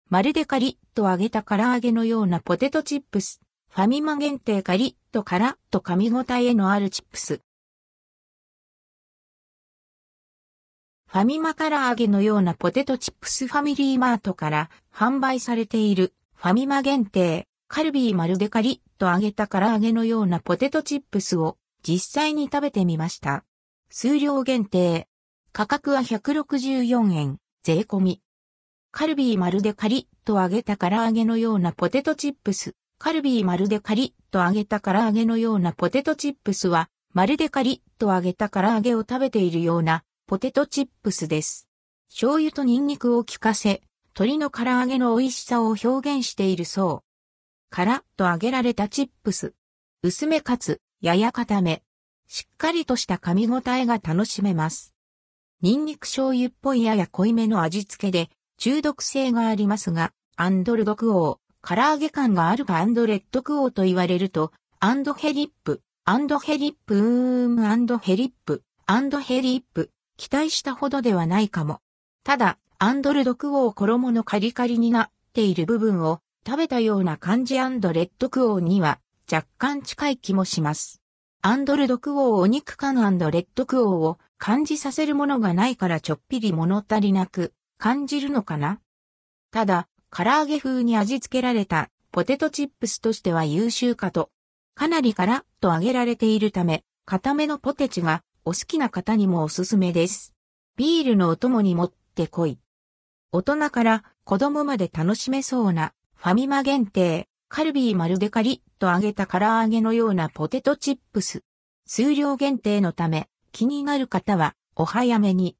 まるでカリッと揚げた唐揚げのようなポテトチップス。ファミマ限定カリッとカラッと噛み応えのあるチップス。ファミマ唐揚げのようなポテトチップスファミリーマートから販売されているファミマ限定カルビーまるでカリッと揚げた唐揚げのようなポテトチップスを実際に食べてみました。数量限定。価格は164円、税込み。カルビーまるでカリッと揚げた唐揚げのようなポテトチップス。カルビーまるでカリッと揚げた唐揚げのようなポテトチップスは、まるでカリッと揚げた唐揚げを食べているようなポテトチップスです。醤油とニンニクを効かせ、鶏の唐揚げの美味しさを表現しているそう。カラッと揚げられたチップス。薄めかつ、やや固め。しっかりとした噛み応えが楽しめます。ニンニク醤油っぽいやや濃いめの味付けで、中毒性がありますが、アンドルドクオー。唐揚げ感があるがレッドクオーと言われると、ヘリップ、ヘリップ、期待したほどではないかも。ただ、ルドクオー衣のカリカリになっている部分を食べたような感じレッドクオーには若干近い気もします。ルドクオーお肉感レッドクオーを感じさせるものがないからちょっぴり物足りなく感じるのかな。ただ、唐揚げ風に味付けられたポテトチップスとしては優秀かと。かなりカラッと揚げられているため、固めのポテチがお好きな方にもおすすめです。ビールのお供にもってこい。大人から子供まで楽しめそうなファミマ限定カルビーまるでカリッと揚げた唐揚げのようなポテトチップス。数量限定のため気になる方はお早めに。